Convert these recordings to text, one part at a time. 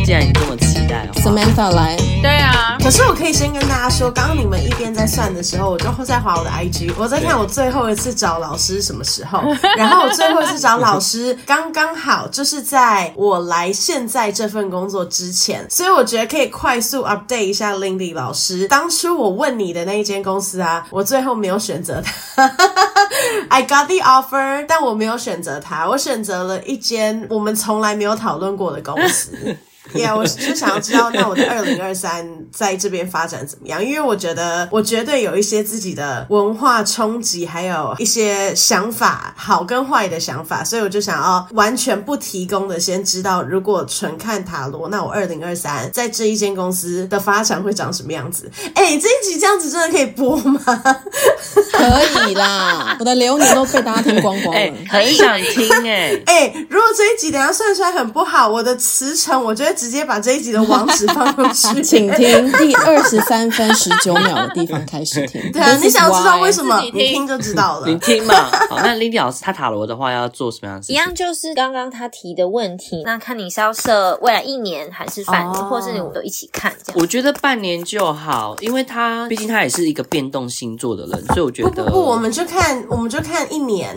既然你这么期待的话 Samantha 来。 对啊， 可是我可以先跟大家说，刚刚你们一边在算的时候，我就在滑我的 IG， 我在看我最后一次找老师什么时候，然后我最后一次找老师刚刚好就是在我来现在这份工作之前，所以我觉得可以快速 update 一下 Lindy 老师。当初我问你的那一间公司啊，我最后没有选择它I got the offer， 但我没有选择它，我选择了一间我们从来没有讨论过的公司。我就想要知道，那我的2023在这边发展怎么样？因为我觉得我绝对有一些自己的文化冲击，还有一些想法，好跟坏的想法，所以我就想要完全不提供的，先知道如果纯看塔罗，那我2023在这一间公司的发展会长什么样子？这一集这样子真的可以播吗？ 可以啦，我的流年都被大家听光光了。 很想听如果这一集等一下算出来很不好，我的辞呈我就会直接把这一集的网址放上去。 请听第23分19秒的地方开始听。 对啊，你想知道为什么？你听就知道了。 你听嘛。好，那 Lindy 老师他塔罗的话要做什么样的事情？ 一样就是刚刚他提的问题，那看你是要设未来1年还是半年，或是你们都一起看这样。 我觉得半年就好，因为毕竟他也是一个变动星座的人，所以我觉得不，我们就看1年。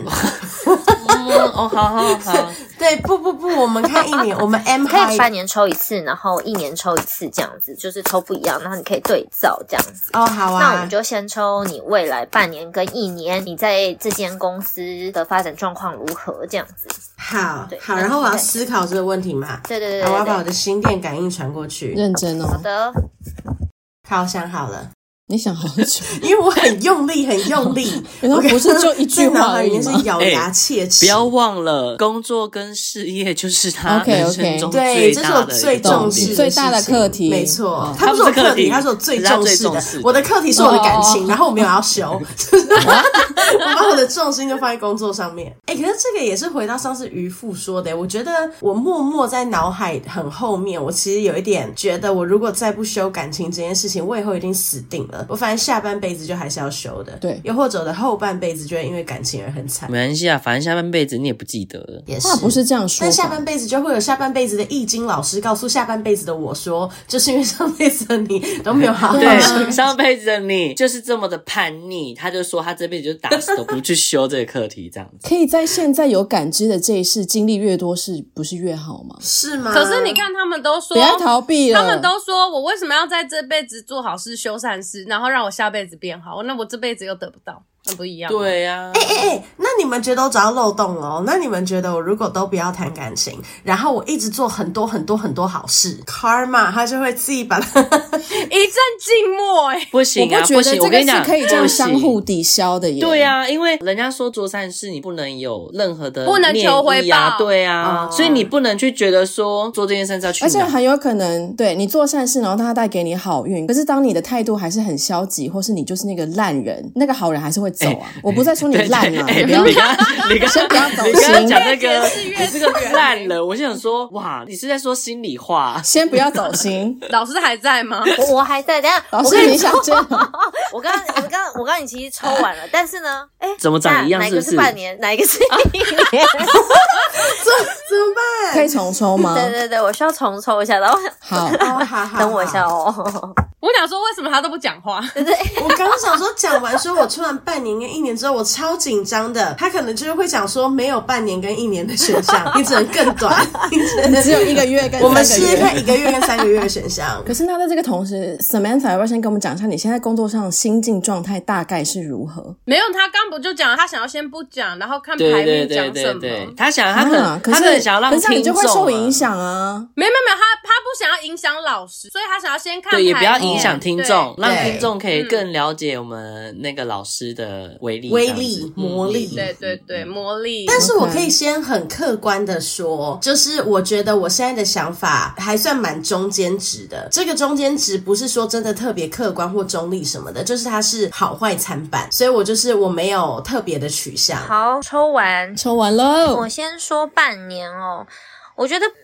好。 对，不，我们看1年，我们 M 可以半年抽一次，然后1年抽一次，这样子就是抽不一样，然后你可以对照这样子。 好啊。 那我们就先抽你未来半年跟1年，你在这间公司的发展状况如何这样子。 好，然后我要思考这个问题嘛。 对， 我要把我的心电感应传过去。 认真哦。 好的。 好，想好了。 你想好久， 因为我很用力。 我不是就一句话而已吗？ 在脑海里面是咬牙切齿。 不要忘了，工作跟事业就是他人生中对， 最大的这是我最重视的最大的课题。 没错，它不是我课题，它是我最重视的。我的课题是我的感情，然后我没有要修，我把我的重心就放在工作上面。可是这个也是回到上次渔夫说的，我觉得我默默在脑海很后面，我其实有一点觉得，我如果再不修感情这件事情，我以后一定死定了。我反正下半辈子就还是要修的， 对， 又或者我的后半辈子就会因为感情而很惨。 没关系啊，反正下半辈子你也不记得了。 也是， 话不是这样说， 但下半辈子就会有下半辈子的易经老师告诉下半辈子的我说，就是因为上辈子的你都没有好好对，上辈子的你就是这么的叛逆，他就说他这辈子就打死都不去修这个课题，这样子。 可以在现在有感知的这一世经历越多，是不是越好吗？ 是吗？ 可是你看，他们都说别逃避了， 他们都说我为什么要在这辈子做好事、修善事，然后让我下辈子变好？那我这辈子又得不到，那不一样吗？ 对啊。 那你们觉得我找到漏洞了哦？那你们觉得我如果都不要谈感情，然后我一直做很多好事 ，karma 它就会自己把它一阵静默。 不行啊， 我不觉得这个是可以这样相互抵消的耶。 对啊，因为人家说做善事你不能有任何的不能求回报， 对啊，所以你不能去觉得说做这件善事要去哪， 而且很有可能对你做善事，然后他带给你好运，可是当你的态度还是很消极，或是你就是那个烂人，那个好人还是会走啊。我不在说你烂啊， 你刚先不要走心， 你刚刚讲那个你这个烂人，我就想说哇，你是在说心里话， 先不要走心。 老师还在吗？ 我还在。等一下， 老师你想这样？ 我刚你其实抽完了，但是呢， 怎么长一样？ 哪一个是半年，哪一个是1年？ 怎么办？ 可以重抽吗？ 对，我需要重抽一下，然后好， 等我一下哦。 我想说，为什么他都不讲话？ 对， 我刚想说，讲完说我抽完半年跟1年之后，我超紧张的。他可能就是会讲说，没有半年跟1年的选项，你只能更短， 你只有1个月跟3个月。 我们试试看1个月跟3个月的选项。 可是那在这个同时 ，Samantha 要不要先跟我们讲一下你现在工作上心境状态大概是如何？ 没有，他刚不就讲他想要先不讲，然后看牌面讲什么。 对，他可能想要让听众， 可是你就会受影响啊。 没有，他不想要影响老师，所以他想要先看牌面。 对，也不要影响听众，让听众可以更了解我们那个老师的威力、 魔力。 对，魔力。 但是我可以先很客观的说，就是我觉得我现在的想法还算蛮中间值的。这个中间值不是说真的特别客观或中立什么的，就是它是好坏参半，所以我没有特别的取向。 好，抽完喽。 我先说半年哦。我觉得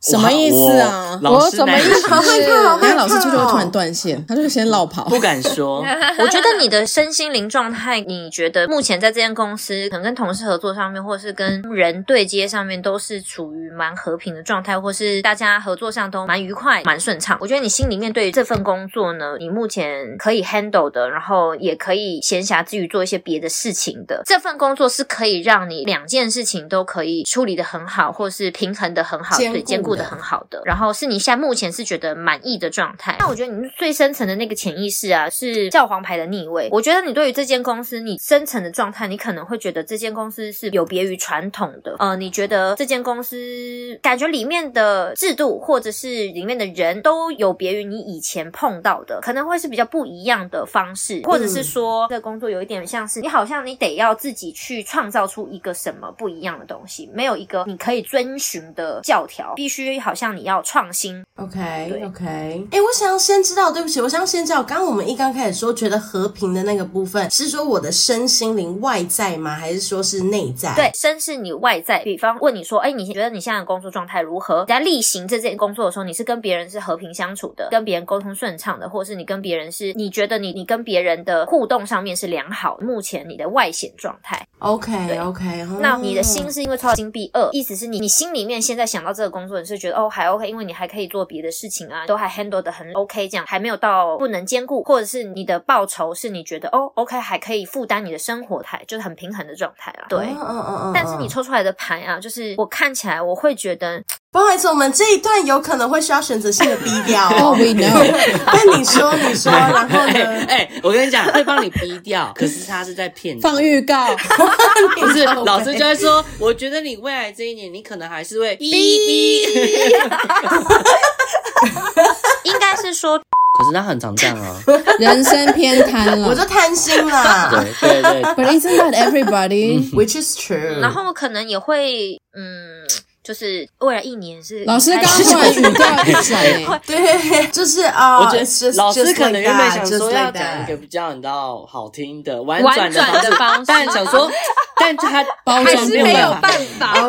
什么意思啊？ 老师我什么意思？ 好害怕，好害怕等下老师就会突然断线，他就先落跑。 不敢说。 我觉得你的身心灵状态，你觉得目前在这间公司，可能跟同事合作上面，或是跟人对接上面，都是处于蛮和平的状态，或是大家合作上都蛮愉快、蛮顺畅。我觉得你心里面对于这份工作呢，你目前可以 handle 的，然后也可以闲暇之余做一些别的事情的。这份工作是可以让你两件事情都可以处理的很好，或是平衡的很好，对，兼顾的很好的。然后是你现在目前是觉得满意的状态。那我觉得你最深层的那个潜意识啊，是教皇牌的逆位。我觉得你对于这间公司，你深层的状态，你可能会觉得这间公司是有别于传统的。你觉得这间公司感觉里面的制度或者是里面的人都有别于你以前碰到的，可能会是比较不一样的方式，或者是说这个工作有一点像是你好像你得要自己去创造出一个什么不一样的东西，没有一个你可以遵循的教条，必须好像你要创新。 OK， 我想要先知道，对不起，我想要先知道，刚刚我们刚开始说觉得和平的那个部分，是说我的身心灵外在吗？还是说是内在？ 对，身是你外在，比方问你说，你觉得你现在的工作状态如何？在例行这件工作的时候，你是跟别人是和平相处的，跟别人沟通顺畅的，或是你跟别人是，你觉得你跟别人的互动上面是良好，目前你的外显状态。 OK， 那你的心是因为抽到金币2，意思是你心里面现在想到这个工作，你是觉得还 OK， 因为你还可以做别的事情啊，都还 handle 得很 OK， 这样还没有到不能兼顾，或者是你的报酬是你觉得OK 还可以负担你的生活态，就是很平衡的状态啦。对，但是你抽出来的牌啊，就是我看起来我会觉得。 不好意思，我们这一段有可能会需要选择性的逼掉 Oh, we know 但你说，然后呢？ 我跟你讲，会帮你逼掉，可是他是在骗你。 放预告， 不是老师就会说，我觉得你未来这一年，你可能还是会逼。 应该是说。 可是他很常这样啊， 人生偏贪了， 我就贪心啦。 对。 But isn't that everybody? Which is true. 然后可能也会，就是未来一年是老师刚突然语调一转对，就是我觉得老师可能原本想说要讲一个比较好听的婉转的方式，但想说，但他还是没有办法。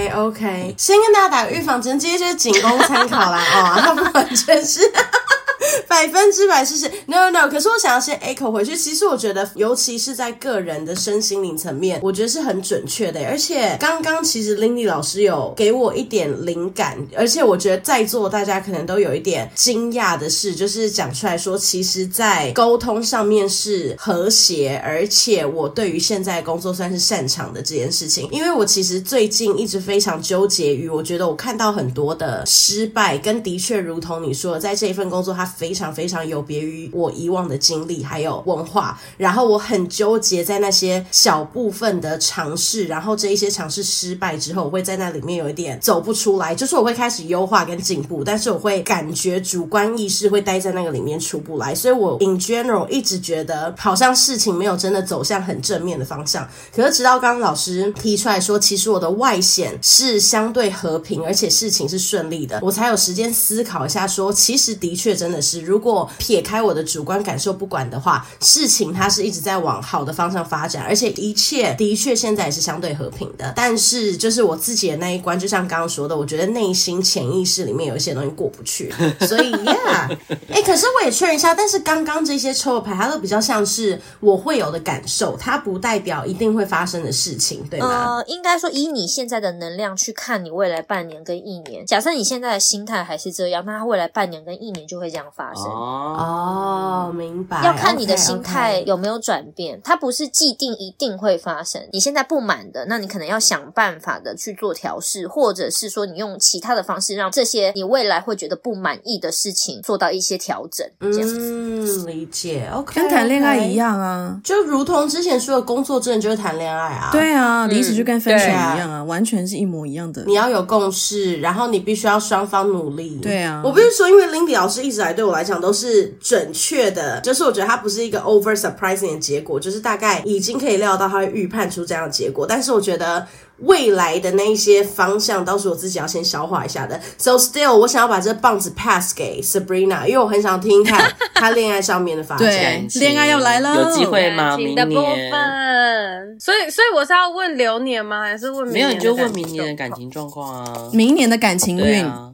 OK， 先跟大家打个预防针，这些就是仅供参考啦它不完全是。100%是 no， 可是我想要先 echo 回去，其实我觉得尤其是在个人的身心灵层面，我觉得是很准确的，而且刚刚其实 Lindy 老师有给我一点灵感，而且我觉得在座大家可能都有一点惊讶的是，就是讲出来说其实在沟通上面是和谐，而且我对于现在的工作算是擅长的这件事情，因为我其实最近一直非常纠结于，我觉得我看到很多的失败，跟的确如同你说的，在这一份工作它非常非常有别于我以往的经历还有文化，然后我很纠结在那些小部分的尝试，然后这一些尝试失败之后，我会在那里面有一点走不出来，就是我会开始优化跟进步，但是我会感觉主观意识会待在那个里面出不来，所以我 in general 一直觉得好像事情没有真的走向很正面的方向，可是直到刚刚老师提出来说其实我的外显是相对和平而且事情是顺利的，我才有时间思考一下说其实的确真的是如果撇开我的主观感受不管的话，事情它是一直在往好的方向发展，而且一切的确现在也是相对和平的，但是就是我自己的那一关，就像刚刚说的，我觉得内心潜意识里面有一些东西过不去，所以 yeah 可是我也确认一下，但是刚刚这些抽的牌它都比较像是我会有的感受，它不代表一定会发生的事情，对吗？ 应该说以你现在的能量去看你未来半年跟一年，假设你现在的心态还是这样，那它未来半年跟一年就会这样发生。 明白， 要看你的心态有没有转变，它不是既定一定会发生，你现在不满的，那你可能要想办法的去做调试，或者是说你用其他的方式让这些你未来会觉得不满意的事情做到一些调整，这样子。 理解 OK， 跟谈恋爱一样啊， 就如同之前说的工作真的就是谈恋爱啊， 对啊，离职就跟分手一样啊，完全是一模一样的， 你要有共识，然后你必须要双方努力， 对啊， 我必须说因为 Lindy 老师一直来对我来讲都是准确的，就是我觉得它不是一个 over surprising 的结果，就是大概已经可以料到他会预判出这样的结果，但是我觉得未来的那一些方向倒是我自己要先消化一下的。 So still 我想要把这棒子 pass 给 Sabrina， 因为我很想听看她恋爱上面的发展。 对，恋爱要来了， 有机会吗？明感情的部年分，所以我是要问流年吗？还是问明年的感情状况？ 没有，你就问明年的感情状况啊。 明年的感情运、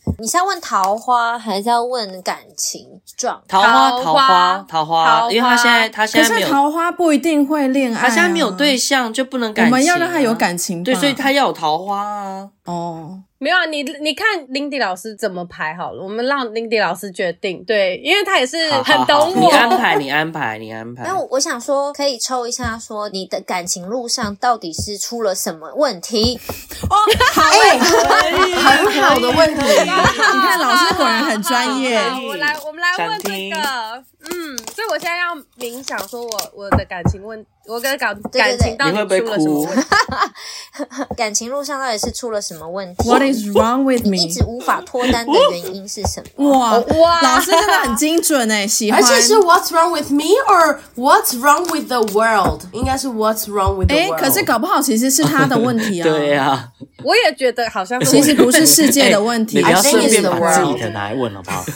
你是要问桃花还是要问感情状？ 桃花，因为他现在没有， 可是桃花不一定会恋爱， 他现在没有对象就不能感情， 我们要让他有感情吧， 对，所以他要有桃花啊。 哦， 没有啊，你看Lindy 老师怎么排好了，我们让Lindy 老师决定。对，因为他也是很懂我。 你安排。 那我想说，可以抽一下，说你的感情路上到底是出了什么问题？ 哦，好很好的问题。 你看老师果然很专业。 我们来问这个。所以我现在要冥想，说我的感情问，我跟感情到底出了什么问题？ 感情路上到底是出了什么问题 ？What is wrong with me？ 你一直无法脱单的原因是什么？ 哇，老师真的很精准诶，喜欢。 而且是 What's wrong with me or What's wrong with the world？ 应该是 What's wrong with the world？ 可是搞不好其实是他的问题啊。 对啊， 我也觉得好像是其实不是世界的问题。 你不要顺便把自己的拿来问好不好？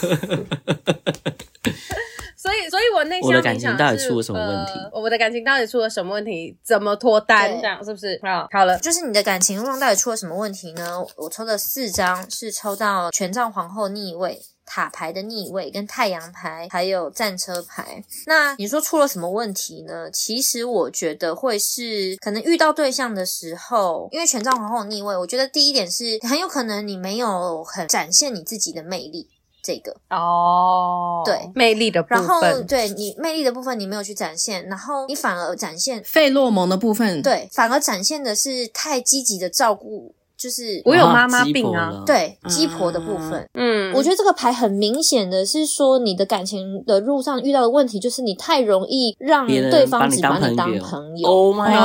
所以我内心我的感情到底出了什么问题？ 我的感情到底出了什么问题？怎么脱单？这样是不是？好了， 就是你的感情路上到底出了什么问题呢？我抽的4张是抽到权杖皇后逆位、塔牌的逆位跟太阳牌还有战车牌。那你说出了什么问题呢？其实我觉得会是可能遇到对象的时候，因为权杖皇后逆位，我觉得第一点是很有可能你没有很展现你自己的魅力。这个对魅力的部分， 然后对你魅力的部分你没有去展现，然后你反而展现费洛蒙的部分， 对，反而展现的是太积极的照顾，就是我有妈妈病啊， 对，鸡婆的部分。我觉得这个牌很明显的是说你的感情的路上遇到的问题就是你太容易让对方只把你当朋友。 Oh my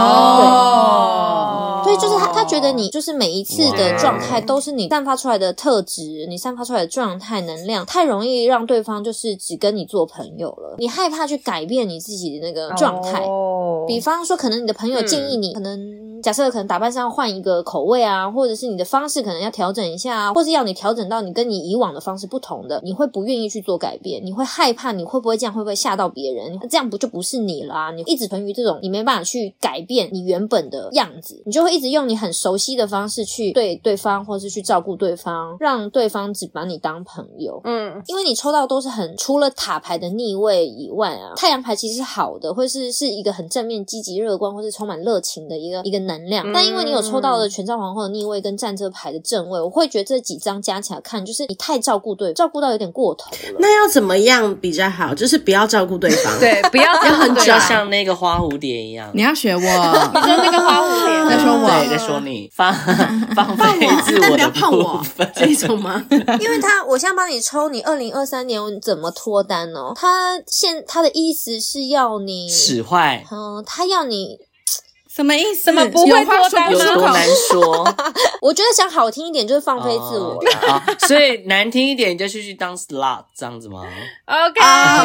god！ 对，就是他觉得你就是每一次的状态都是你散发出来的特质，你散发出来的状态能量，太容易让对方就是只跟你做朋友了。你害怕去改变你自己的那个状态，比方说可能你的朋友建议你，可能假设可能打扮上要换一个口味啊，或者是你的方式可能要调整一下啊，或是要你调整到你跟你以往的方式不同的，你会不愿意去做改变，你会害怕你会不会这样，会不会吓到别人，这样不就不是你啦，你一直存于这种你没办法去改变你原本的样子，你就会一直用你很熟悉的方式去对对方，或是去照顾对方，让对方只把你当朋友。因为你抽到都是很除了塔牌的逆位以外啊，太阳牌其实是好的，或是一个很正面积极乐观或是充满热情的一个能量，但因为你有抽到的权杖皇后的逆位跟战车牌的正位，我会觉得这几张加起来看就是你太照顾对，照顾到有点过头了。 那要怎么样比较好？就是不要照顾对方， 对，不要很就像那个花蝴蝶一样。 你要学我，你说那个花蝴蝶在说我， 对，在说你放飞自我的部分这种吗？ 因为我现在帮你抽你2023年怎么脱单哦，他的意思是要你使坏， 他要你什么意思？ 怎么不会脱单有多难说？ 我觉得讲好听一点就是放飞自我啦。 所以难听一点你就去当 slut 这样子吗 ？OK，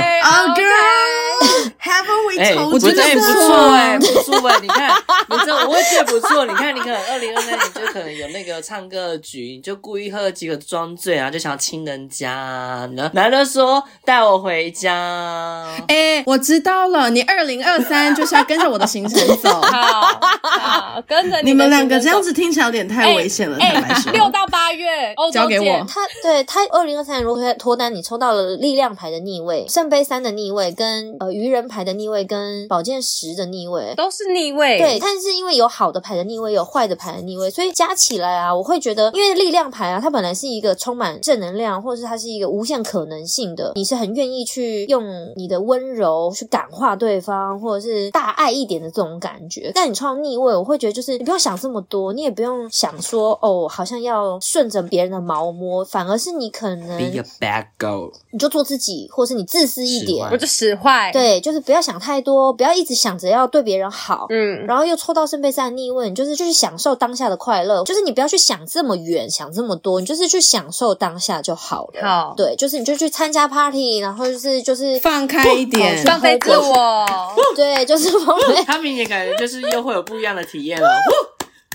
girl，haven't we told you？ 我觉得不错不错你看，我会觉得不错。你看，你可能2023年就可能有那个唱歌局，你就故意喝几个装醉啊，就想要亲人家啊。男的说带我回家。 我知道了，你2023就是要跟着我的行程走。 好，跟着你们两个这样子听起来有点太危险了。坦白说 ，6到8月欧洲交给我。 他2023年如果脱单，你抽到了力量牌的逆位、圣杯3的逆位、跟愚人牌的逆位、跟宝剑10的逆位， 都是逆位。 对，但是因为有好的牌的逆位，有坏的牌的逆位，所以加起来啊，我会觉得，因为力量牌啊，它本来是一个充满正能量，或者是它是一个无限可能性的，你是很愿意去用你的温柔去感化对方，或者是大爱一点的这种感觉。但你抽到逆位，我会觉得就是你不用想这么多，你也不用想说好像要顺着别人的毛摸，反而是你可能 be a bad girl， 你就做自己，或是你自私一点， 我就使坏。 对，就是不要想太多，不要一直想着要对别人好。然后又抽到圣杯3的逆位，你就是去享受当下的快乐，就是你不要去想这么远，想这么多，你就是去享受当下就好了。 好， 对，就是你就去参加 party， 然后就是放开一点， 放飞自我。 对，就是放飞。 他明显感觉就是又会有不一样的体验了。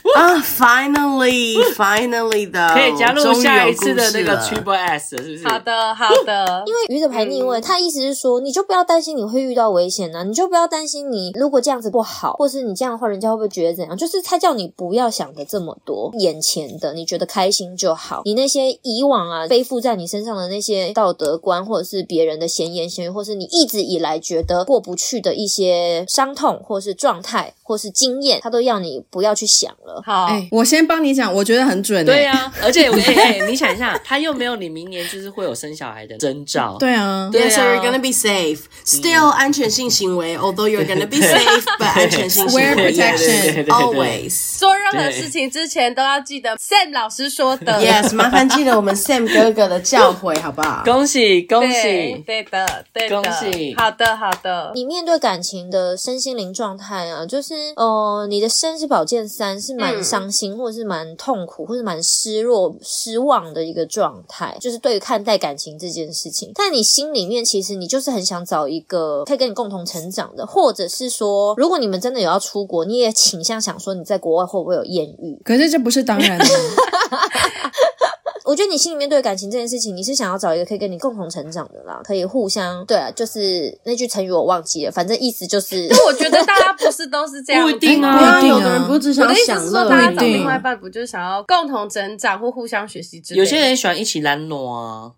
啊 ，finally 的， 可以加入下一次的那个 Triple S 了，是不是？ 好的， 因为愚者牌逆位，他意思是说，你就不要担心你会遇到危险啊，你就不要担心你如果这样子不好，或是你这样的话，人家会不会觉得怎样？就是他叫你不要想的这么多，眼前的你觉得开心就好。你那些以往啊背负在你身上的那些道德观，或者是别人的闲言闲语，或是你一直以来觉得过不去的一些伤痛，或是状态，或是经验，他都要你不要去想了。 好， 我先帮你讲，我觉得很准。 对啊，而且你想一下，他又没有你明年就是会有生小孩的征兆。 对啊， 对啊 ，So you're gonna be safe. Still 安全性行为 ，although you're gonna be safe, but 安全性行为 Wear protection always. 做任何事情之前都要记得 Sam 老师说的。 Yes， 麻烦记得我们 Sam 哥哥的教诲，好不好？ 恭喜恭对喜！ 对的， 恭喜好的。 你面对感情的身心灵状态啊，就是你的身是宝剑3，是蛮伤心，或者是蛮痛苦，或者蛮失落、失望的一个状态，就是对于看待感情这件事情。但你心里面其实你就是很想找一个可以跟你共同成长的，或者是说，如果你们真的有要出国，你也倾向想说你在国外会不会有艳遇？ 可是这不是当然的。 我觉得你心里面对感情这件事情，你是想要找一个可以跟你共同成长的啦，可以互相对啊，就是那句成语我忘记了，反正意思就是， 我觉得大家不是都是这样子， 不一定啊， 不一定啊有的人不是只我想的意思是说， 享乐， 大家找另外一半不就是想要共同成长或互相学习之类的？ 有些人喜欢一起懒惰啊。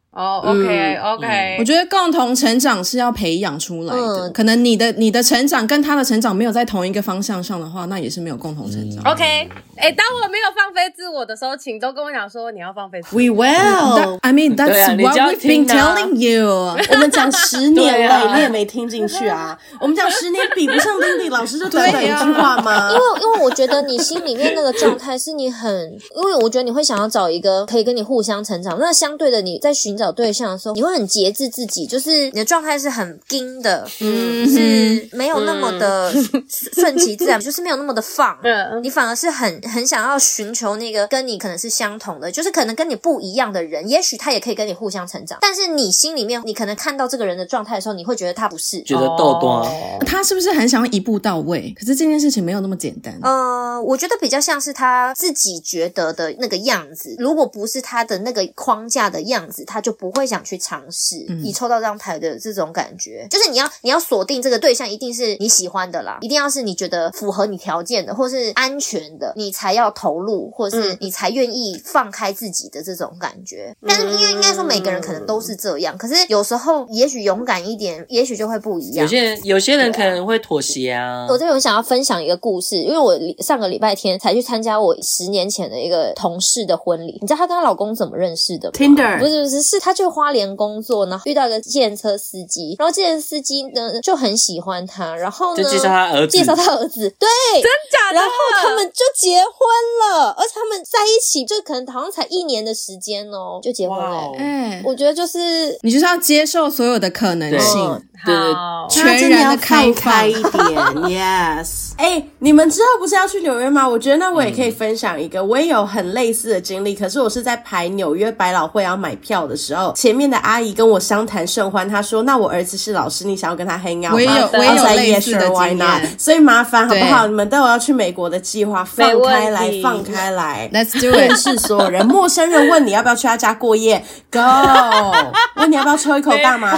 OK， 我觉得共同成长是要培养出来的。可能你的成长跟他的成长没有在同一个方向上的话，那也是没有共同成长。 OK， 当我没有放飞自我的时候，请都跟我讲说你要放飞自我。 We will. I mean, that's 对啊 what 你就要 we've been 听啊 telling you. 我们讲10年对啊了，你也没听进去啊？我们讲10年比不上 Lindy 老师，就短短一句话吗？ 因为我觉得你心里面那个状态是你很，因为我觉得你会想要找一个可以跟你互相成长，那相对的你在寻找对象的时候，你会很节制自己，就是你的状态是很硬的，是没有那么的顺其自然，就是没有那么的放，你反而是很想要寻求那个跟你可能是相同的，就是可能跟你不一样的人，也许他也可以跟你互相成长，但是你心里面你可能看到这个人的状态的时候，你会觉得他不是， 觉得逗多。 他是不是很想要一步到位？可是这件事情没有那么简单。 我觉得比较像是他自己觉得的那个样子，如果不是他的那个框架的样子，他就不会想去尝试。你抽到这张牌的这种感觉，就是你要锁定这个对象，一定是你喜欢的啦，一定要是你觉得符合你条件的，或是安全的，你才要投入，或是你才愿意放开自己的这种感觉。但是应该说每个人可能都是这样，可是有时候也许勇敢一点，也许就会不一样。 有些人可能会妥协啊。 我这边想要分享一个故事，因为我上个礼拜天才去参加我10年前的一个同事的婚礼。你知道她跟她老公怎么认识的吗？ Tinder 不是，是她去花莲工作，然后遇到一个计程车司机，然后计程车司机呢就很喜欢她，然后呢就介绍他儿子， 对， 真假的？ 然后他们就结婚了，而且他们在一起就可能好像才1年的时间哦，就结婚了。我觉得就是你就是要接受所有的可能性， 对， 全然的开开一点。Yes， 你们之后不是要去纽约吗？我觉得那我也可以分享一个，我也有很类似的经历。可是我是在排纽约百老汇要买票的时候，前面的阿姨跟我相谈甚欢，她说：“那我儿子是老师，你想要跟他 hang out 吗？” 我也有类似的经验， 所以麻烦好不好？你们都有要去美国的计划，放开来 ，Let's do it。 认识所有人，陌生人问你要不要去他家过夜 ，Go。问你要不要抽一口大麻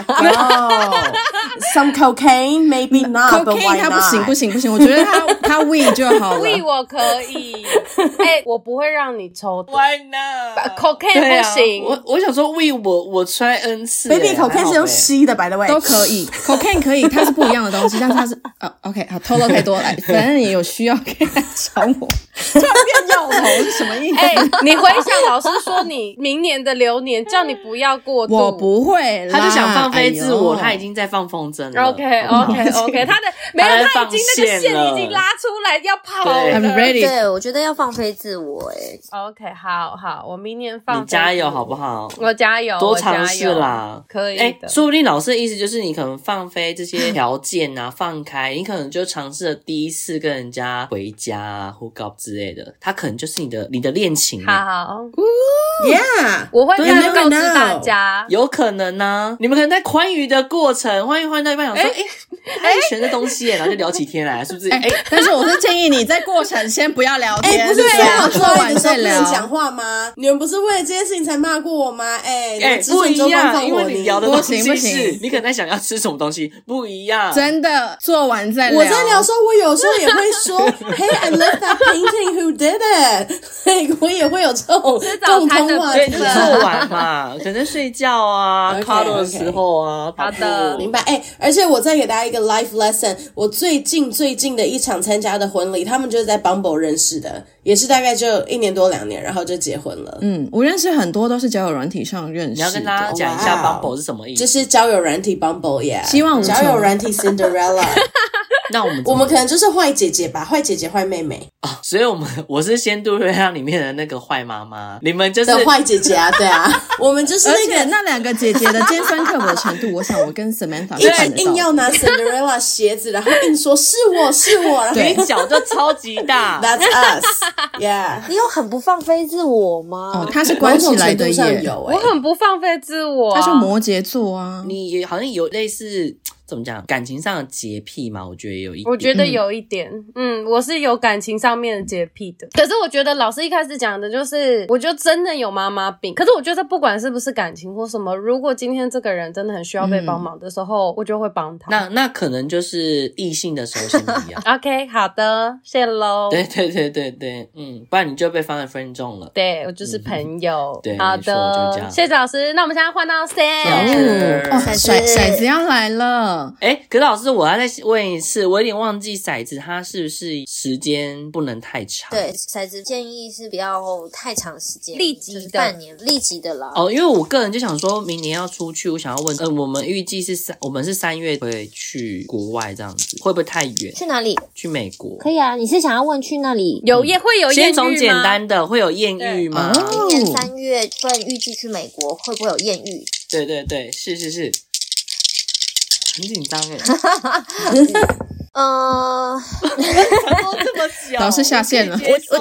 ，Go。Some cocaine, maybe not, but why not？ 他不行，我觉得他 weed 就好了。 weed 我可以，我不会让你抽的。 Why not？ Cocaine 不行。 我想说 weed 我try N 次。 Baby cocaine 是用吸的 ，by the way， 都可以。cocaine 可以，它是不一样的东西，但是它是OK， 好，透露太多来，反正你有需要可以来找我。突然变药头是什么意思？ 你回想老师说你明年的流年叫你不要过度， 我不会啦， 他就想放飞自我，他已经在放风筝了。 OK， 他的没有，他已经那个线已经拉出来要跑了。 I'm ready。 对，我觉得要放飞自我。 OK， 好，我明年放飞。 你加油好不好？ 我加油， 多尝试啦， 可以的。 说不定老师的意思就是你可能放飞这些条件啊，放开，你可能就尝试了第一次跟人家回家啊、hook up 之类的，他可能就是你的恋情。 好 ，Yeah， 我会告知大家， 有可可能啊，你们可能在欢愉的过程，欢到一半想说，他在选这东西耶，然后就聊起天来，是不是？ 但是我是建议你在过程先不要聊天， 不是说好做完再聊。 不能讲话吗？你们不是为了这件事情才骂过我吗？ 不一样，因为你聊的东西不行， 你可能在想要吃什么东西，不一样。 真的，做完再聊。 我在聊说，我有时候也会说，Hey, I love that painting. Who did it? 我也会有这种共通话题。 对，就是做完嘛，可能睡觉啊，cuddle 的时候啊。 好的， 明白。而且我再给大家一个 life lesson， 我最近的一场参加的婚礼，他们就是在 Bumble 认识的，也是大概就1年多2年，然后就结婚了。 我认识很多都是交友软体上认识的。 你要跟大家讲一下 Bumble 是什么意思？ 就是交友软体 Bumble， 希望交友软体 Cinderella。 那我们可能就是坏姐姐吧，坏姐姐坏妹妹啊，所以我是仙杜瑞拉里面的那个坏妈妈，你们就是坏姐姐啊，对啊，我们就是而且那2个姐姐的尖酸刻薄的程度，我想我跟 Samantha 一直硬要拿 Cinderella 鞋子，然后硬说是我，然后你脚就超级大 ，That's us， yeah。 你有很不放飞自我吗？ 他是关起来的耶， 我很不放飞自我， 他是摩羯座啊， 你好像有类似。怎么讲？感情上的洁癖嘛，我觉得有一点。 我觉得有一点，我是有感情上面的洁癖的。可是我觉得老师一开始讲的就是，我就真的有妈妈病。可是我觉得不管是不是感情或什么，如果今天这个人真的很需要被帮忙的时候，我就会帮他。 那可能就是异性的时候先不一样。 OK， 好的，谢喽。 对，不然你就被放在 friend zone 了。 对，我就是朋友。 对， 好的，谢谢老师。那我们现在换到 Sam， 骰子要来了。 可是老师，我要再问一次，我有点忘记骰子它是不是时间不能太长？ 对，骰子建议是不要太长时间， 立即的， 就是半年，立即的啦。 因为我个人就想说明年要出去，我想要问，我们预计是我们是3月会去国外，这样子会不会太远？ 去哪里？ 去美国。 可以啊，你是想要问去那里会有艳遇吗？ 先从简单的，会有艳遇吗？ 明年3月份预计去美国，会不会有艳遇？ 对，是。很紧张耶。这么久， 老师下线了。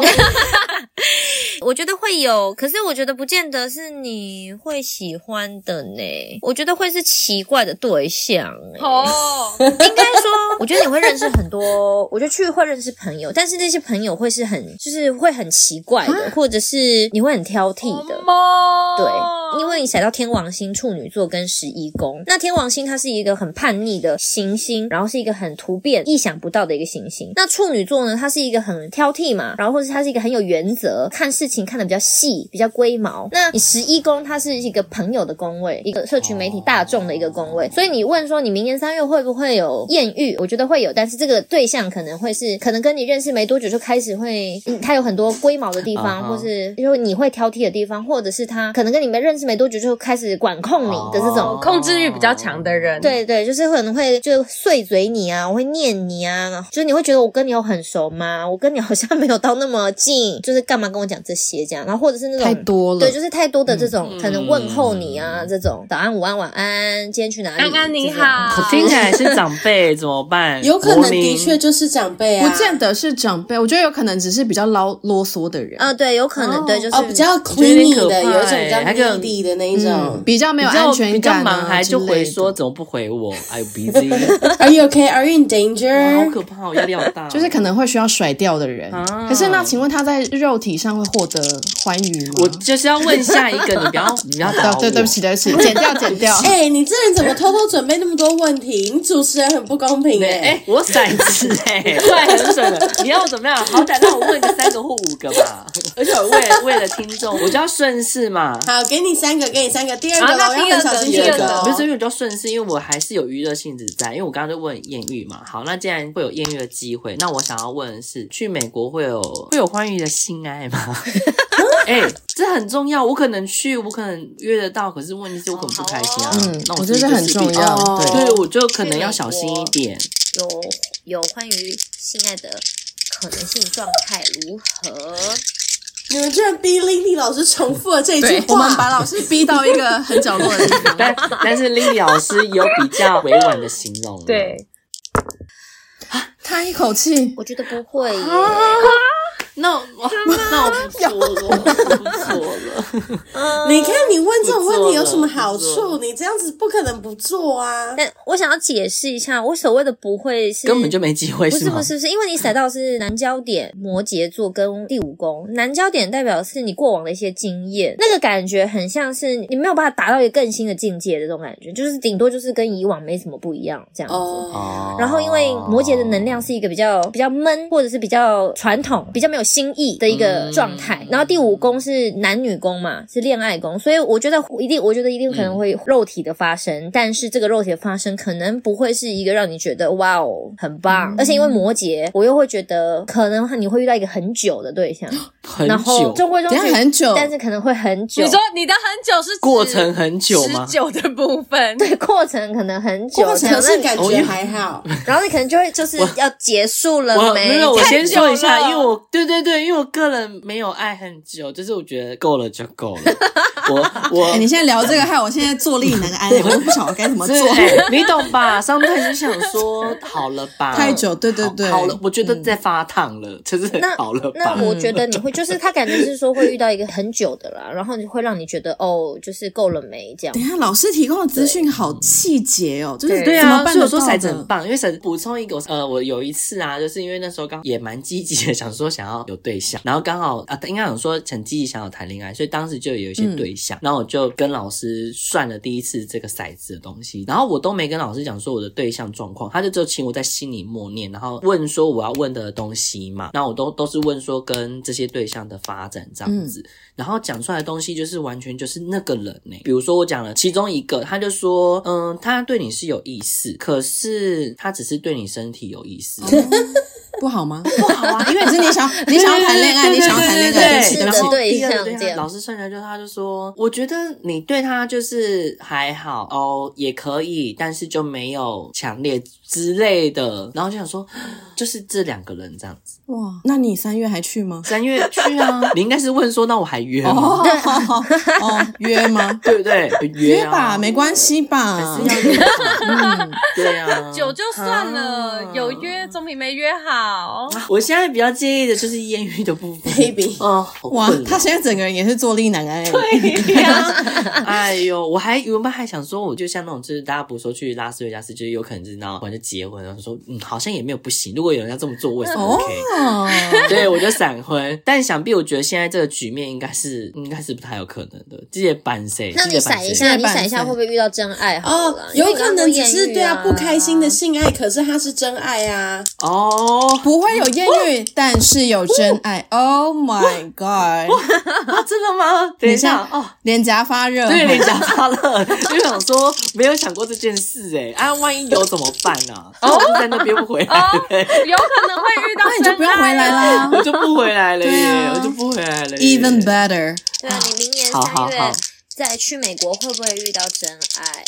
我觉得会有，可是我觉得不见得是你会喜欢的呢。我觉得会是奇怪的对象。应该说，我觉得你会认识很多，我觉得去会认识朋友，但是这些朋友会是就是会很奇怪的，或者是你会很挑剔的。对，因为你踩到天王星、处女座跟11宫。那天王星它是一个很叛逆的行星，然后是一个很突变、意想不到的一个行星。那处女座呢，它是一个很挑剔嘛，然后或者是它是一个很有原则，看事情看得比较细，比较龟毛。那你11宫它是一个朋友的宫位，一个社群媒体大众的一个宫位，所以你问说你明年3月会不会有艳遇，我觉得会有，但是这个对象可能会是可能跟你认识没多久就开始会他有很多龟毛的地方，或是因为你会挑剔的地方，或者是他可能跟你们认识没多久就开始管控你的这种控制欲比较强的人。 对，就是可能会就碎嘴你啊，我会念你啊，就是你会觉得我跟你有很熟吗？我跟你好像没有到那么近，就是干嘛跟我讲这些这样，然后或者是那种太多了， 对，就是太多的这种可能问候你啊，这种早安午安晚安，今天去哪里？ 安安你好， 听起来是长辈怎么办？ 有可能的确就是长辈啊， 不见得是长辈，我觉得有可能只是比较啰嗦的人啊，对，有可能对，就是比较 clingy 的，有一种比较 needy 的那一种， 比较没有安全感， 比较忙还就回说怎么不回我 ？I'm busy. Are you okay? Are you in danger? 好可怕，我压力好大。 就是可能会需要甩掉的人。可是那请问他在肉体上会获得欢愉吗？ 我就是要问下一个，你不要打我。 对不起，剪掉。 你这人怎么偷偷准备那么多问题？你主持人很不公平我骰子快很准了。你要我怎么样？好歹让我问个3个或5个吧。而且我为了听众，我就要顺势嘛。 好，给你3个。第二个我要很小心选择。 不是因为我就要顺势，因为我还是有娱乐性质在。因为我刚刚就问艳遇嘛。好，那既然会有艳遇的机会，那我想要问的是，去美国会有欢愉的性爱吗？这很重要。我可能去，我可能约得到，可是问题是我可能不开心啊。那我觉得很重要。 对，我就可能要小心一点。 有欢愉性爱的可能性状态如何？ 你们居然逼 Lily 老师重复了这一句话， 我们把老师逼到一个很角落的地方。 但是 Lily 老师有比较委婉的形容。 对， 叹一口气， 我觉得不会耶。 那我不做了，我不做了。 你看你问这种问题有什么好不做处？你这样子不可能不做啊。 但我想要解释一下，我所谓的不会是根本就没机会， 不是吗？ 不是，因为你踩到是南交点、摩羯座跟第五宫。南交点代表是你过往的一些经验，那个感觉很像是你没有办法达到一个更新的境界的这种感觉，就是顶多就是跟以往没什么不一样这样子。 哦， 然后因为摩羯的能量是一个比较闷，或者是比较传统、比较没有新意的一个状态。然后第五宫是男女宫嘛，是恋爱宫，所以我觉得一定可能会肉体的发生，但是这个肉体的发生可能不会是一个让你觉得哇哦很棒，而且因为摩羯，我又会觉得可能你会遇到一个很久的对象， 很然后久， 中规中矩， 等一下很久但是可能会很久。 你说你的很久是指过程很久吗？ 持久的部分， 对，过程可能很久， 可是感觉还好。 然后你可能就会就是要结束了没有，我先说一下， 太久了因为我对，因为我个人没有爱很久，就是我觉得够了就够了。我你现在聊这个，害我现在坐立难安，我都不晓得该怎么做。 你懂吧？上段就想说好了吧， 太久，对， 好了，我觉得在发烫了，就是好了吧。 那我觉得你会就是他感觉是说会遇到一个很久的啦，然后会让你觉得哦，就是够了没这样。 等一下，老师提供的资讯好细节哦，就是对啊， 怎么办得到的？ 所以我说骰子很棒，因为骰子补充一个，我有一次啊，就是因为那时候刚也蛮积极的，想说想要有对象，然后刚好应该有说很积极想要谈恋爱，所以当时就有一些对象，然后我就跟老师算了第一次这个骰子的东西，然后我都没跟老师讲说我的对象状况，他就只有请我在心里默念，然后问说我要问的东西嘛，然后我都是问说跟这些对象的发展这样子，然后讲出来的东西就是完全就是那个人欸，比如说我讲了其中一个，他就说他对你是有意思，可是他只是对你身体有意思。 不好吗？ 不好啊，因为可是你想要谈恋爱，你想要谈恋爱， 是的然后对第二象这样老师算起来他就说，我觉得你对他就是还好哦，也可以，但是就没有强烈之类的，然后就想说，就是这两个人这样子。 哇，那你3月还去吗 ？3月去啊，你应该是问说，那我还约吗？ 约吗？ 对不对？ 约吧，没关系吧？ 还是要约吧。对啊， 久就算了，有约总比没约好。 我现在比较介意的就是艳遇的部分 ，baby， 哇，他现在整个人也是坐立难安。 对呀，哎呦，我原本还想说，我就像那种就是大家不是说去拉斯维加斯，就是有可能就是然后就结婚，然后说好像也没有不行，如果有人要这么做，为什么 OK？对，我就闪婚，但想必我觉得现在这个局面应该是不太有可能的。这些板谁？ 那你闪一下，会不会遇到真爱？ 哦，有可能只是对啊不开心的性爱，可是他是真爱啊。 哦， 不会有艳遇，但是有真爱。Oh my god！ 真的吗？等一下哦， 脸颊发热， 对，脸颊发热，就想说没有想过这件事万一有怎么办啊？我就在那边不回来有可能会遇到， 那你就不用回来啦， 我就不回来了耶，我就不回来了。 Even better。 对啊，你明年3月再去美国会不会遇到真爱？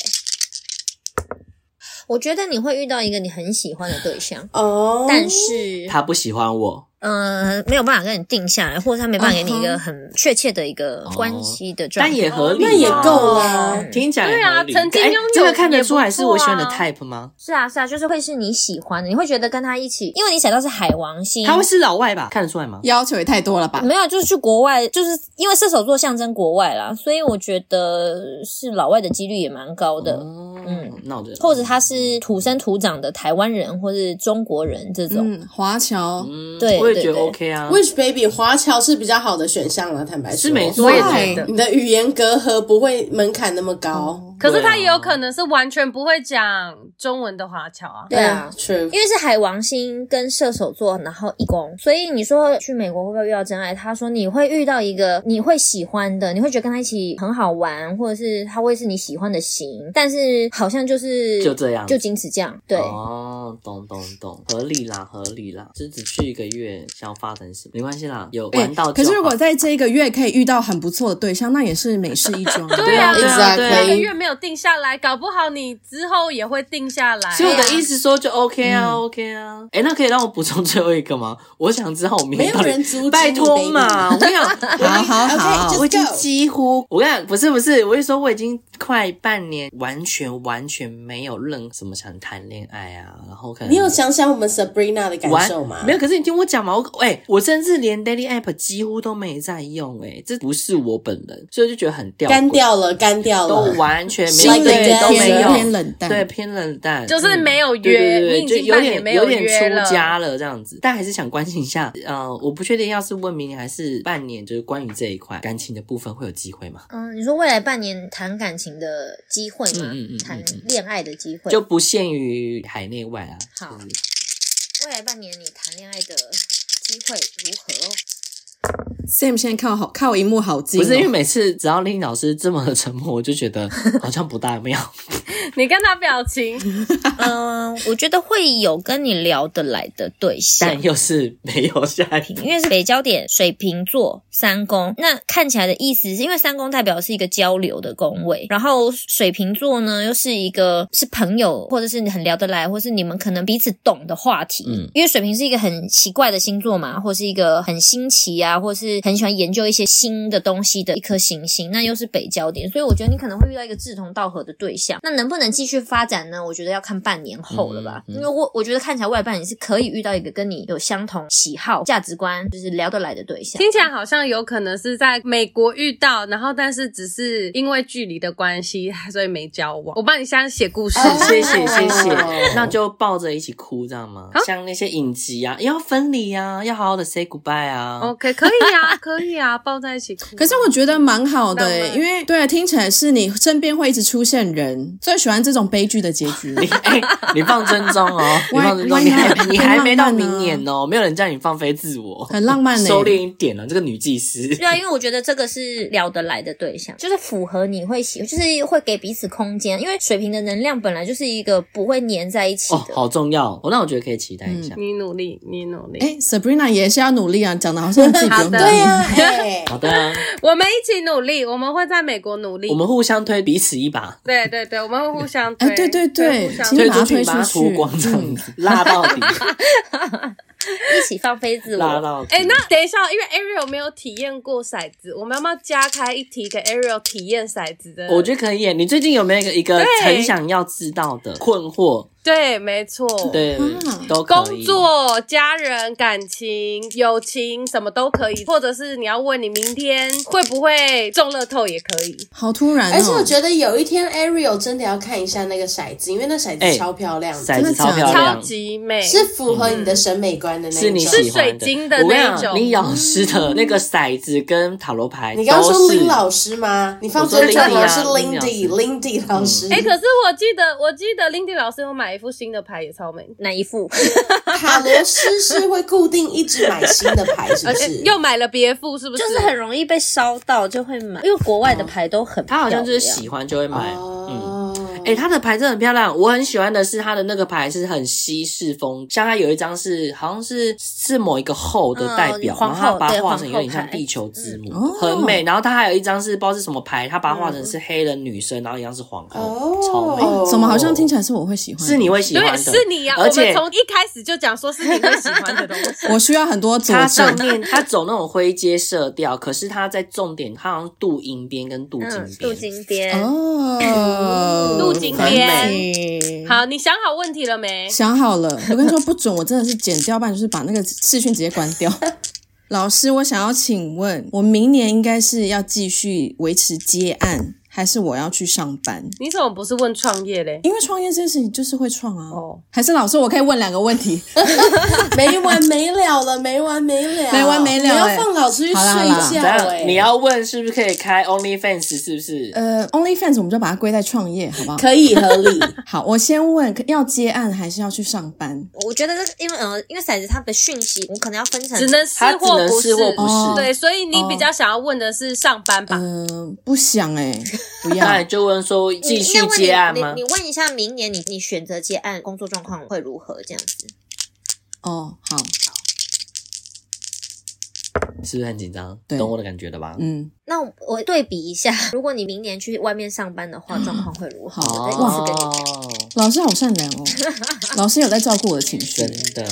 我觉得你会遇到一个你很喜欢的对象哦，但是他不喜欢我。 没有办法跟你定下来，或者他没办法给你一个很确切的一个关系的状态， 但也合理， 那也够了。 听起来对啊，曾经拥有这个看得出来是我喜欢的 type 吗？ 是啊，就是会是你喜欢的，你会觉得跟他一起，因为你想到是海王星， 他会是老外吧？看得出来吗？ 要求也太多了吧？ 没有，就是去国外，就是因为射手座象征国外啦，所以我觉得是老外的几率也蛮高的。 那我觉得， 或者他是土生土长的台湾人，或是中国人这种， 华侨， 对， 我也觉得 OK 啊。 Which baby 华侨是比较好的选项了，坦白说是没错， 我也觉得你的语言隔阂不会门槛那么高。 可是他也有可能是完全不会讲中文的华侨啊。 对啊 ，true， 因为是海王星跟射手座，然后一宫，所以你说去美国会不会遇到真爱？他说你会遇到一个你会喜欢的，你会觉得跟他一起很好玩，或者是他会是你喜欢的型，但是好像就这样， 就仅此这样。对， 懂，合理啦，只去1个月，想要发展什么没关系啦，有玩到就好。 可是如果在这1个月可以遇到很不错的对象，那也是美事一桩。 对啊， exactly 1个月没有有定下来，搞不好你之后也会定下来。 所以我的意思说就 OK 啊，OK 啊。那可以让我补充最后一个吗？我想知道我明天到底没有人阻止你拜托嘛！我跟你讲， 好， 我已经几乎，我跟你讲，不是，我是说我已经快半年完全没有任什么想谈恋爱啊，然后可能你有想想我们 Sabrina 的感受吗？ 没有，可是你听我讲嘛，我甚至连 dating app 几乎都没在用，这不是我本人，所以就觉得很吊诡， 干掉了， 都完全没有， 对，都没有， 偏冷淡， 对，偏冷淡， 就是没有约， 对， 你已经半年没有点约了， 出家了这样子，但还是想关心一下，我不确定要是问明年还是半年，就是关于这一块感情的部分会有机会吗？ 你说未来半年谈感情的机会吗？谈恋爱的机会就不限于海内外啊。 好，未来半年你谈恋爱的机会如何哦 ？Sam 现在靠荧幕好近， 不是因为每次只要令老师这么的沉默，我就觉得好像不大妙。 你看他表情， 我觉得会有跟你聊得来的对象， 但又是没有下一题， 因为是北交点水瓶座三宫，那看起来的意思是因为三宫代表是一个交流的宫位，然后水瓶座呢又是一个是朋友或者是很聊得来，或是你们可能彼此懂的话题，因为水瓶是一个很奇怪的星座嘛，或是一个很新奇啊，或是很喜欢研究一些新的东西的一颗行星，那又是北交点，所以我觉得你可能会遇到一个志同道合的对象，那能不能继续发展呢？我觉得要看半年后了吧，因为我觉得看起来未来半年是可以遇到一个跟你有相同喜好、价值观，就是聊得来的对象。 听起来好像有可能是在美国遇到，然后但是只是因为距离的关系，所以没交往。我帮你现在写故事， 谢谢，那就抱着一起哭，这样吗？像那些影集啊，要分离啊，要好好的 say goodbye 啊。 OK， 可以啊，抱在一起哭。 可是我觉得蛮好的因为对，听起来是你身边会一直出现人，最喜欢这种悲剧的结局。 你放尊重哦，你放尊重，你还没到明年哦，没有人叫你放飞自我， 很浪漫收敛一点了，这个女祭司。 对啊，因为我觉得这个是聊得来的对象，就是符合你会喜欢，就是会给彼此空间，因为水瓶的能量本来就是一个不会黏在一起的。 好重要那我觉得可以期待一下。 你努力。 Sabrina 也是要努力啊，讲的好像自己不用努力。 对啊， 好的啊， 我们一起努力，我们会在美国努力， 我们互相推彼此一把。 对，我们会互相推。 对， 推出去把它脱光这样子，拉到底。 一起放飞自我， 拉到底。 那等一下，因为 Ariel 没有体验过骰子，我们要不要加开一题给 Ariel 体验骰子的？ 我觉得可以耶。你最近有没有一个很想要知道的困惑？ 对，没错， 对，都可以。 工作、家人、感情、友情，什么都可以，或者是你要问你明天会不会中乐透也可以。 好突然而且我觉得有一天 Ariel 真的要看一下那个骰子，因为那骰子超漂亮的， 骰子超漂亮， 超级美， 是符合你的审美观的那种， 是你喜欢的， 是水晶的那种。 你老师的那个骰子跟塔罗牌， 你刚刚说林老师吗？你放尊重我是 Lindy 老师。 可是我记得 Lindy 老师有买一副新的牌，也超美。 哪一副？ 塔罗师是会固定一直买新的牌，是不是？ 又买了别副，是不是？ 就是很容易被烧到，就会买，因为国外的牌都很漂亮， 他好像就是喜欢就会买。他的牌真的很漂亮，我很喜欢的是他的那个牌是很西式风，像他有一张是好像是某一个后的代表，然后他把它画成有点像地球字母，很美。然后他还有一张是不知道是什么牌，他把它画成是黑人女生，然后一样是皇后，超美。 怎么好像听起来是我会喜欢的？ 是你会喜欢的， 对，是你呀。而且我们从一开始就讲说是你会喜欢的东西。 我需要很多佐证。 它上面它走那种灰阶色调，可是它在重点，它好像镀银边跟镀金边， 镀金边镀金边。好，你想好问题了没？ 想好了。我跟你说不准，我真的是剪掉，不然就是把那个视讯直接关掉。老师，我想要请问，我明年应该是要继续维持接案，还是我要去上班？ 你怎么不是问创业嘞？ 因为创业这件事情就是会创啊。还是老师，我可以问2个问题？ 没完没了了，没完没了。你要放老师去睡觉你要问是不是可以开 OnlyFans 是不是 ？OnlyFans 我们就把它归在创业，好不好？ 可以合理。 好，我先问，要接案还是要去上班？ 我觉得这个因为骰子它的讯息，我可能要分成只能是或不是。对，所以你比较想要问的是上班吧？ 不想不要。 那你就问说继续接案吗？ 你问一下明年你选择接案工作状况会如何这样子？ 好。 是不是很紧张？ 对懂我的感觉了吧？ 那我对比一下，如果你明年去外面上班的话，状况会如何？我再一次跟你讲。 老师好善良哦，老师有在照顾我的情绪， 真的。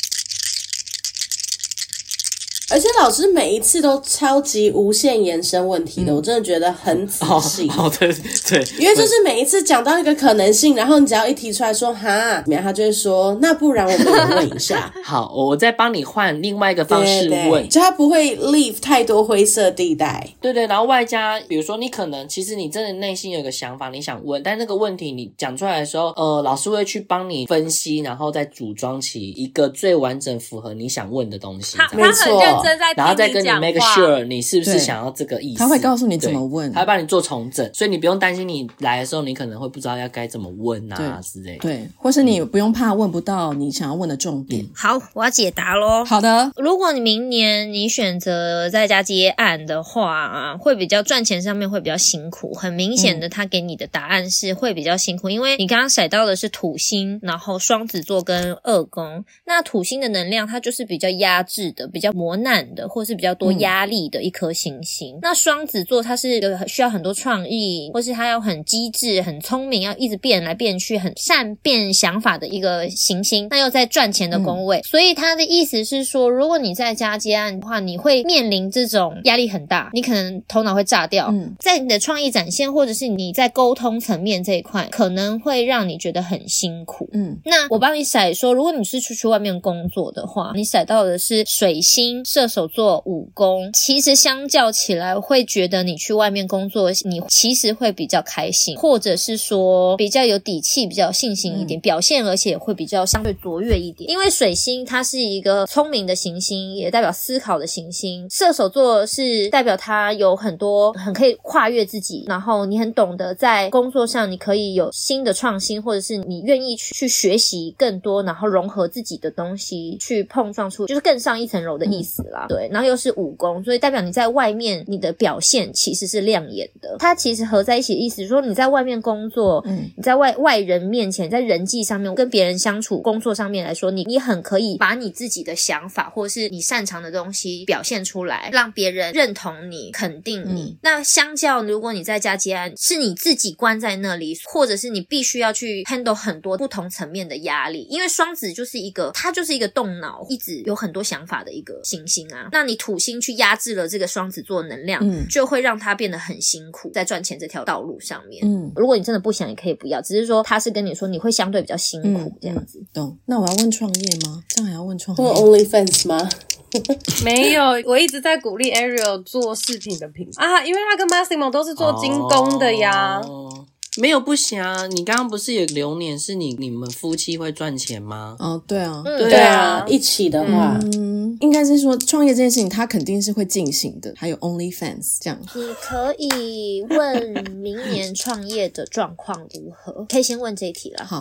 而且老师每一次都超级无限延伸问题的，我真的觉得很仔细。 对对， 因为就是每一次讲到一个可能性，然后你只要一提出来说哈，他就会说那不然我们也问一下。 好，我再帮你换另外一个方式问， 就他不会 leave 太多灰色地带。 对对，然后外加比如说你可能其实你真的内心有个想法你想问，但那个问题你讲出来的时候，老师会去帮你分析，然后再组装起一个最完整符合你想问的东西。 没错。 然后再跟你 make sure 你是不是想要这个意思， 他会告诉你怎么问， 他会帮你做重整，所以你不用担心你来的时候你可能会不知道要该怎么问啊之类的。 对，或是你不用怕问不到你想要问的重点。 好，我要解答咯。 好的， 如果你明年你选择在家接案的话，会比较赚钱上面会比较辛苦，很明显的他给你的答案是会比较辛苦，因为你刚刚甩到的是土星，然后双子座跟二宫，那土星的能量它就是比较压制的，比较磨难的，或是比较多压力的一颗行星。那双子座它是需要很多创意，或是它要很机智很聪明，要一直变来变去，很善变想法的一个行星，那又在赚钱的宫位，所以他的意思是说，如果你在家接案的话，你会面临这种压力很大，你可能头脑会炸掉，在你的创意展现或者是你在沟通层面这一块可能会让你觉得很辛苦。那我帮你甩说，如果你是出去外面工作的话，你甩到的是水星射手座5宫，其实相较起来会觉得你去外面工作你其实会比较开心，或者是说比较有底气，比较有信心一点，表现而且会比较相对卓越一点。因为水星它是一个聪明的行星，也代表思考的行星，射手座是代表它有很多很可以跨越自己，然后你很懂得在工作上你可以有新的创新，或者是你愿意去学习更多，然后融合自己的东西，去碰撞出就是更上一层楼的意思啦。对，然后又是5宫，所以代表你在外面你的表现其实是亮眼的。它其实合在一起的意思是说，你在外面工作，你在外人面前，在人际上面跟别人相处，工作上面来说，你很可以把你自己的想法或是你擅长的东西表现出来，让别人认同你，肯定你。那相较如果你在家接案是你自己关在那里，或者是你必须要去 handle 很多不同层面的压力，因为双子就是一个它就是一个动脑一直有很多想法的一个行星啊，那你土星去压制了这个双子座能量，就会让它变得很辛苦在赚钱这条道路上面。如果你真的不想也可以不要，只是说他是跟你说你会相对比较辛苦这样子。 懂。那我要问创业吗？这样还要问创业？ 做 OnlyFans 吗？ 没有，我一直在鼓励 Ariel 做饰品的品牌啊，因为他跟 Massimo 都是做精工的呀。 没有不行啊，你刚刚不是有流年是你们夫妻会赚钱吗？ 对啊， 对啊，一起的话， 应该是说创业这件事情它肯定是会进行的，还有 OnlyFans 这样。 你可以问明年创业的状况如何，可以先问这一题啦。 好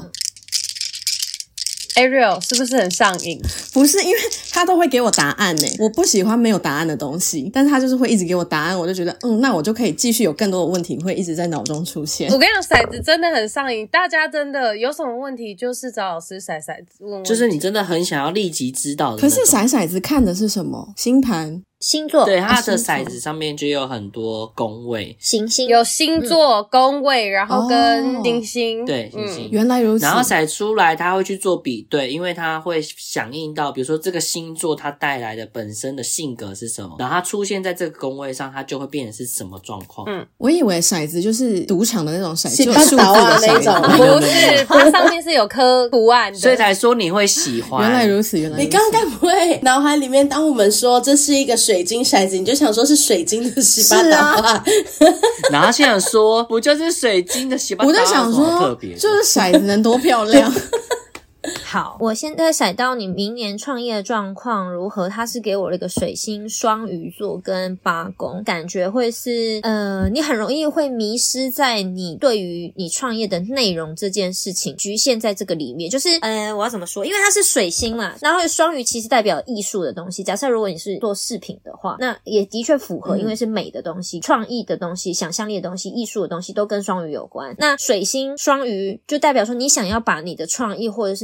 ，Ariel 是不是很上瘾？ 不是，因为他都会给我答案耶，我不喜欢没有答案的东西，但是他就是会一直给我答案，我就觉得那我就可以继续有更多的问题会一直在脑中出现。 我跟你讲，骰子真的很上瘾，大家真的有什么问题就是找老师骰骰子问问题， 就是你真的很想要立即知道的。 可是骰子看的是什么？星盘。 星座， 对，它的骰子上面就有很多宫位， 行星有星座、宫位，然后跟星星， 对，星星。 原来如此。 然后骰出来，它会去做比对，因为它会响应到，比如说这个星座它带来的本身的性格是什么，然后它出现在这个宫位上，它就会变成是什么状况。 我以为骰子就是赌场的那种骰子， 就有数字的那种， 不是，它上面是有颗图案的， 所以才说你会喜欢。 原来如此，原来如此。 你刚刚不会脑海里面，当我们说这是一个水晶骰子，你就想说是水晶的洗八刀啊？ 然后现在说不就是水晶的洗八刀？ 我在想说， 特别就是骰子能多漂亮。 好，我现在骰到你明年创业的状况如何，它是给我了一个水星双鱼座跟8宫，感觉会是你很容易会迷失在你对于你创业的内容这件事情，局限在这个里面，就是我要怎么说，因为它是水星嘛，然后双鱼其实代表艺术的东西，假设如果你是做饰品的话，那也的确符合，因为是美的东西、创意的东西、想象力的东西、艺术的东西都跟双鱼有关。那水星双鱼就代表说你想要把你的创意或者是你的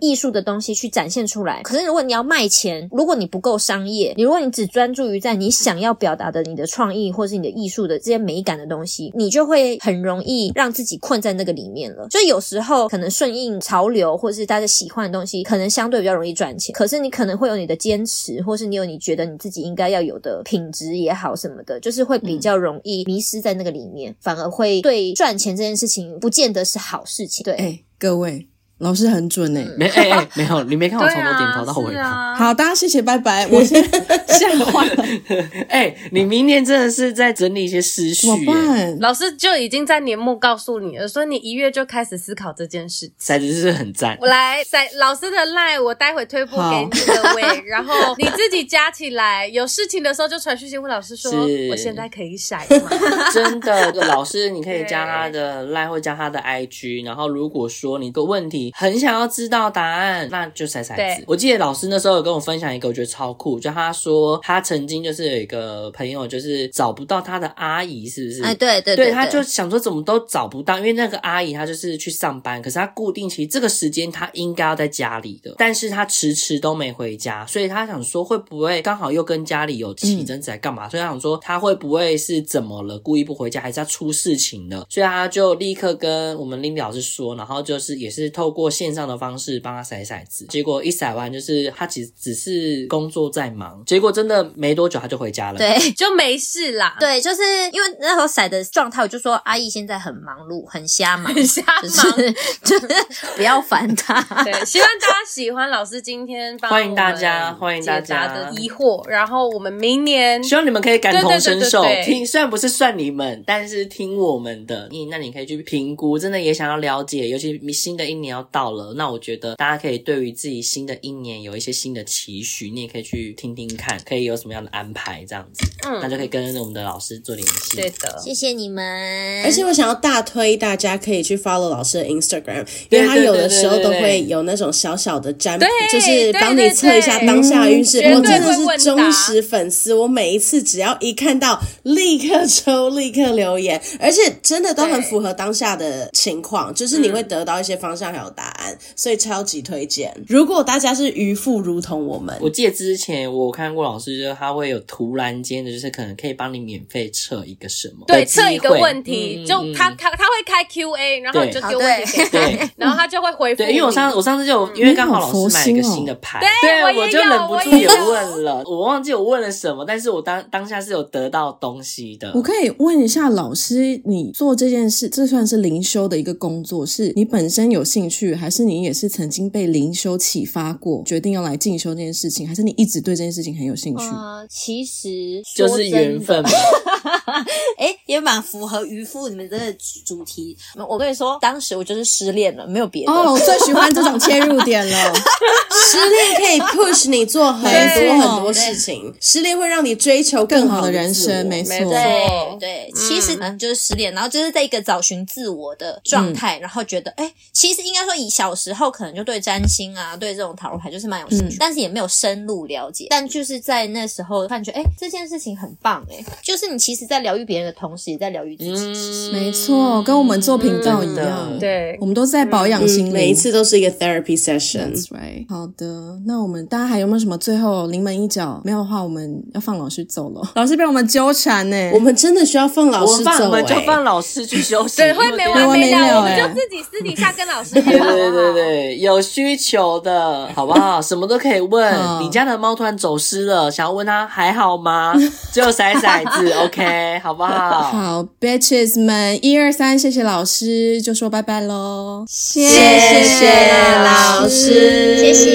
艺术的东西去展现出来。可是如果你要卖钱，如果你不够商业，如果你只专注于在你想要表达的你的创意或是你的艺术的这些美感的东西，你就会很容易让自己困在那个里面了。就有时候可能顺应潮流或是大家喜欢的东西可能相对比较容易赚钱，可是你可能会有你的坚持，或是你有你觉得你自己应该要有的品质也好什么的，就是会比较容易迷失在那个里面，反而会对赚钱这件事情不见得是好事情。对， 各位老师很准没有，你没看我从头点头到尾吗？ 好，大家谢谢，拜拜。我先吓坏了。 你明年真的是在整理一些思绪， 怎么办？ 老师就已经在年末告诉你了，所以你1月就开始思考这件事情。 骰子是很赞。 我来老师的 LINE 我待会推播给你各位，然后你自己加起来，有事情的时候就传讯息问老师说我现在可以骰吗？ 真的，老师你可以加他的 LINE 或加他的 IG， 然后如果说你有问题很想要知道答案，那就骰骰子。我记得老师那时候有跟我分享一个我觉得超酷，就他说他曾经就是有一个朋友就是找不到他的阿姨，是不是？对，他就想说怎么都找不到，因为那个阿姨她就是去上班，可是她固定其实这个时间她应该要在家里的，但是她迟迟都没回家，所以他想说会不会刚好又跟家里有起争执来干嘛，所以他想说他会不会是怎么了，故意不回家，还是他出事情了，所以他就立刻跟我们Lindy老师说，然后就是也是透过线上的方式帮他骰骰子，结果一骰完就是他其实只是工作在忙，结果真的没多久他就回家了， 对， 就没事啦。 对，就是因为那时候骰的状态，我就说阿姨现在很忙碌，很瞎忙， 很瞎忙， 就是不要烦他。 对，希望大家喜欢老师今天帮我们解答的疑惑，然后我们明年希望你们可以感同身受， 对听虽然不是算你们，但是听我们的，那你可以去评估，真的也想要了解，尤其新的一年要到了，那我觉得大家可以对于自己新的一年有一些新的期许，你也可以去听听看，可以有什么样的安排这样子，那就可以跟我们的老师做联系。 对的， 谢谢你们。 而且我想要大推大家可以去 follow 老师的 Instagram， 因为他有的时候都会有那种小小的占卜，就是帮你测一下当下的运势。我真的是忠实粉丝，我每一次只要一看到立刻抽立刻留言，而且真的都很符合当下的情况，就是你会得到一些方向还有答案，所以超级推荐。如果大家是渔夫如同我们， 我记得之前我看过老师，就是他会有突然间的，就是可能可以帮你免费测一个什么， 对，测一个问题，就他会开 QA， 然后你就丢问题给他，然后他就会回复你。 对，因为我上次就有因为刚好老师买了一个新的牌，对，我就忍不住也问了，我忘记我问了什么，但是我当下是有得到东西的。 我可以问一下老师，你做这件事，这算是灵修的一个工作，是你本身有兴趣，还是你也是曾经被灵修启发过，决定要来进修这件事情，还是你一直对这件事情很有兴趣？ 其实就是缘分嘛。 也蛮符合渔夫你们的主题。我跟你说，当时我就是失恋了，没有别的。 我最喜欢这种切入点了。 失恋可以 push 你做很多事情，失恋会让你追求更好的人生，没错。 对，其实就是失恋，然后就是在一个找寻自我的状态，然后觉得其实应该说以小时候可能就对占星啊，对这种塔罗牌就是蛮有兴趣，但是也没有深入了解。但就是在那时候感觉这件事情很棒就是你其实在疗愈别人的同时也在疗愈自己。 没错，跟我们做频道一样， 对， 我们都在保养心灵， 每一次都是一个 therapy session。 That's right。 好的，那我们大家还有没有什么最后临门一脚？没有的话我们要放老师走了，老师被我们纠缠我们真的需要放老师走， 我们就放老师去休息。 对，会没完没了，我们就自己私底下跟老师聊。 对，有需求的好不好？什么都可以问。你家的猫突然走失了，想要问他还好吗？就骰骰子OK 好不好？ 好 bitches 们1、2、3，谢谢老师，就说拜拜咯。谢谢老师， 谢谢，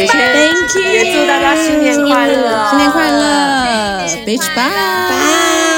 也祝大家新年快乐， 新年快乐 bitch bye。